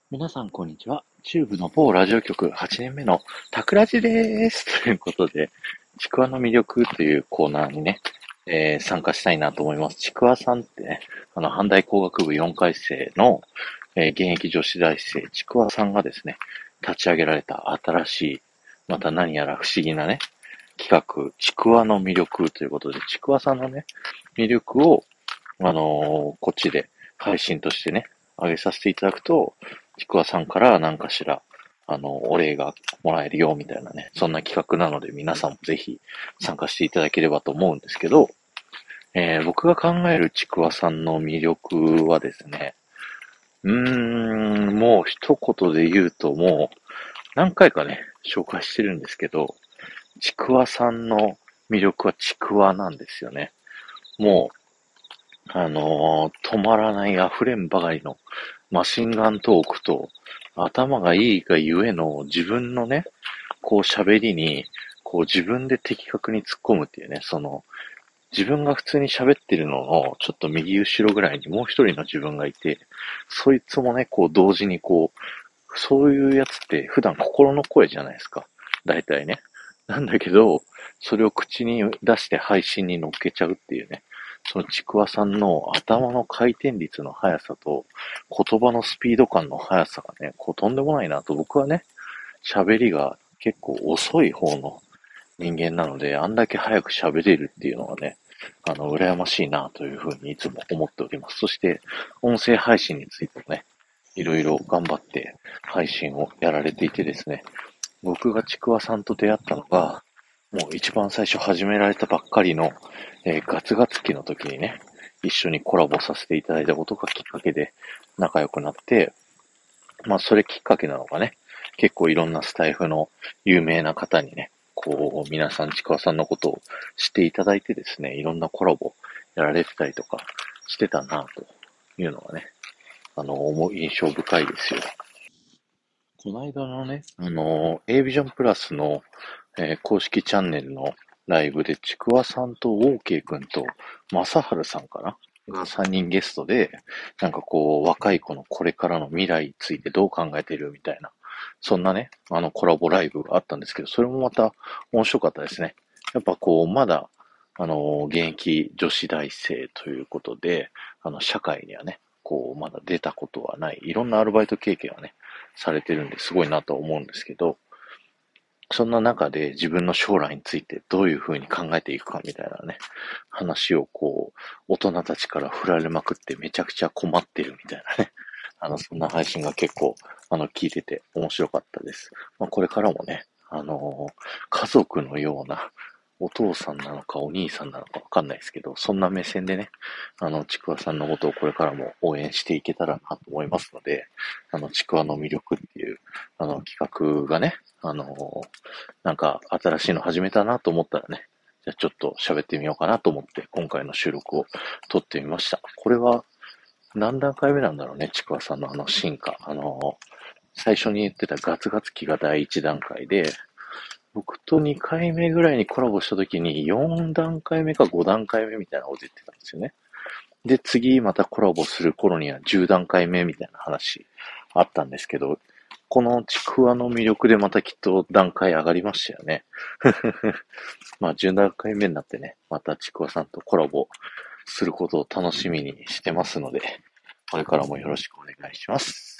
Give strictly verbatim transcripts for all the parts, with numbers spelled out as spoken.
皆さん、こんにちは。中部の某ラジオ局はちねんめのタクラジです。ということで、ちくわの魅力というコーナーにね、えー参加したいなと思います。ちくわさんってね、あの、阪大工学部よんかい生の、えー現役女子大生、ちくわさんがですね、立ち上げられた新しい、また何やら不思議なね、企画、ちくわの魅力ということで、ちくわさんのね、魅力をあのーこっちで配信としてね、上げさせていただくと、ちくわさんから何かしら、あの、お礼がもらえるよ、みたいなね、そんな企画なので皆さんもぜひ参加していただければと思うんですけど、えー僕が考えるちくわさんの魅力はですね、うーん、もう一言で言うともう何回かね、紹介してるんですけど、ちくわさんの魅力はちくわなんですよね。もあのー止まらない溢れんばかりのマシンガントークと、頭がいいがゆえの自分のね、こう喋りに、こう自分で的確に突っ込むっていうね、その、自分が普通に喋ってるのの、ちょっと右後ろぐらいにもう一人の自分がいて、そいつもね、こう同時にこう、そういうやつって普段心の声じゃないですか。大体ね。なんだけど、それを口に出して配信に乗っけちゃうっていうね。そのちくわさんの頭の回転率の速さと言葉のスピード感の速さがね、こうとんでもないなと僕はね、喋りが結構遅い方の人間なので、あんだけ早く喋れるっていうのはね、あの、羨ましいなというふうにいつも思っております。そして、音声配信についてもね、いろいろ頑張って配信をやられていてですね、僕がちくわさんと出会ったのが、もう一番最初始められたばっかりの、えーガツガツ期の時にね、一緒にコラボさせていただいたことがきっかけで仲良くなって、まあそれきっかけなのかね、結構いろんなスタイフの有名な方にね、こう皆さんちくわさんのことを知っていただいてですね、いろんなコラボやられてたりとかしてたなというのがね、あの、思う印象深いですよ。この間のね、あの、A ビジョンプラスの、えー公式チャンネルのライブで、ちくわさんと OK くんと、まさはるさんかながさんにんゲストで、なんかこう、若い子のこれからの未来についてどう考えてるみたいな、そんなね、あのコラボライブがあったんですけど、それもまた面白かったですね。やっぱこう、まだ、あの、現役女子大生ということで、あの、社会にはね、こう、まだ出たことはない、いろんなアルバイト経験はね、されてるんですごいなと思うんですけど、そんな中で自分の将来についてどういうふうに考えていくかみたいなね、話をこう、大人たちから振られまくってめちゃくちゃ困ってるみたいなね、あの、そんな配信が結構、あの、聞いてて面白かったです。まあ、これからもね、あのー家族のような、お父さんなのかお兄さんなのかわかんないですけど、そんな目線でね、あの、ちくわさんのことをこれからも応援していけたらなと思いますので、あの、ちくわの魅力っていう、あの、企画がね、あの、なんか新しいの始めたなと思ったらね、じゃあちょっと喋ってみようかなと思って今回の収録を撮ってみました。これは何段階目なんだろうね、ちくわさんのあの進化。あの、最初に言ってたガツガツ期が第一段階で、僕とにかいめぐらいにコラボした時によん段階目かご段階目みたいなこと言ってたんですよね。で、次またコラボする頃にはじゅう段階目みたいな話あったんですけど、このちくわの魅力でまたきっと段階上がりましたよね。まあじゅう段階目になってね、またちくわさんとコラボすることを楽しみにしてますので、これからもよろしくお願いします。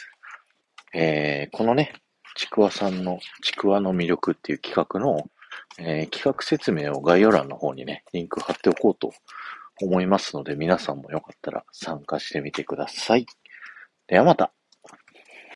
えー、このね、ちくわさんのちくわの魅力っていう企画の、えー企画説明を概要欄の方にね、リンク貼っておこうと思いますので、皆さんもよかったら参加してみてください。ではまた。